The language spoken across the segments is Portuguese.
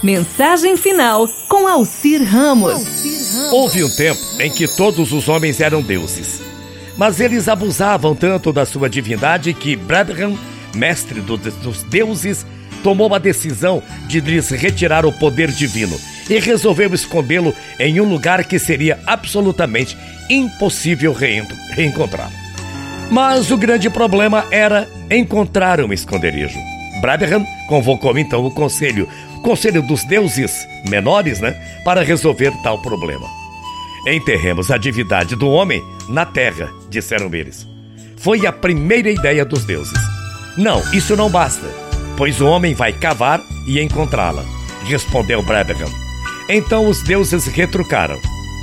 Mensagem final com Alcir Ramos. Houve um tempo em que todos os homens eram deuses, mas eles abusavam tanto da sua divindade que Brabham, mestre dos deuses, tomou a decisão de lhes retirar o poder divino e resolveu escondê-lo em um lugar que seria absolutamente impossível reencontrá-lo. Mas o grande problema era encontrar um esconderijo. Brabham convocou então o conselho dos deuses menores, para resolver tal problema. Enterremos a divindade do homem na terra, disseram eles. Foi a primeira ideia dos deuses. Não, isso não basta, pois o homem vai cavar e encontrá-la, respondeu Brabham. Então os deuses retrucaram.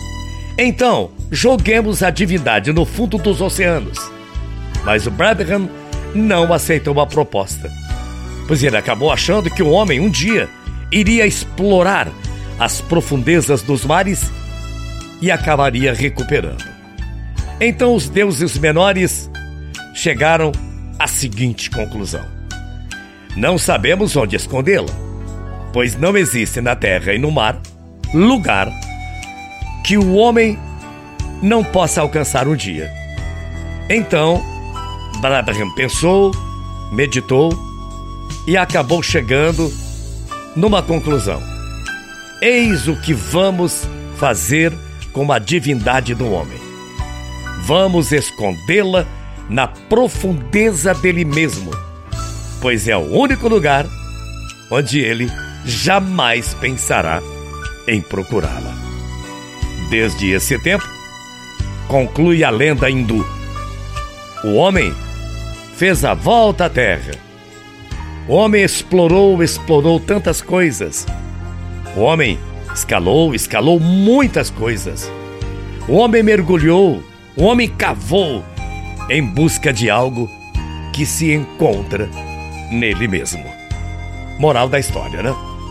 Então, joguemos a divindade no fundo dos oceanos. Mas o Brabham não aceitou a proposta, pois ele acabou achando que o homem um dia iria explorar as profundezas dos mares e acabaria recuperando. Então os deuses menores chegaram à seguinte conclusão: não sabemos onde escondê-la, pois não existe na terra e no mar lugar que o homem não possa alcançar um dia. Então Brabham pensou, meditou e acabou chegando numa conclusão. Eis o que vamos fazer com a divindade do homem. Vamos escondê-la na profundeza dele mesmo, pois é o único lugar onde ele jamais pensará em procurá-la. Desde esse tempo, conclui a lenda hindu, o homem fez a volta à terra. O homem explorou tantas coisas. O homem escalou muitas coisas. O homem mergulhou, o homem cavou em busca de algo que se encontra nele mesmo. Moral da história,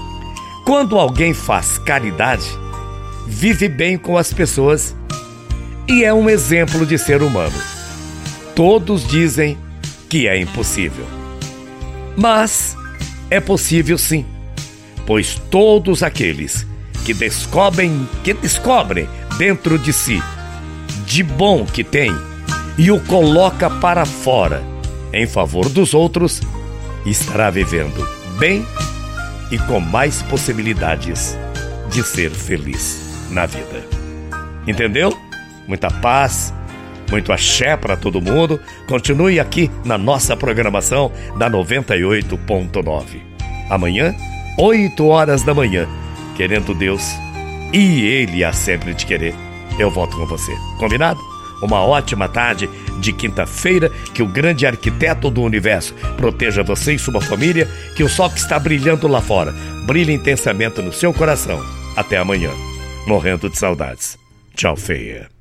Quando alguém faz caridade, vive bem com as pessoas e é um exemplo de ser humano. Todos dizem que é impossível. Mas é possível sim, pois todos aqueles que descobrem dentro de si de bom que tem e o coloca para fora em favor dos outros, estará vivendo bem e com mais possibilidades de ser feliz na vida. Entendeu? Muita paz, muito axé para todo mundo. Continue aqui na nossa programação da 98.9. Amanhã, 8 horas da manhã, querendo Deus e Ele há sempre de querer, eu volto com você. Combinado? Uma ótima tarde de quinta-feira. Que o grande arquiteto do universo proteja você e sua família. Que o sol que está brilhando lá fora brilhe intensamente no seu coração. Até amanhã. Morrendo de saudades. Tchau, feia.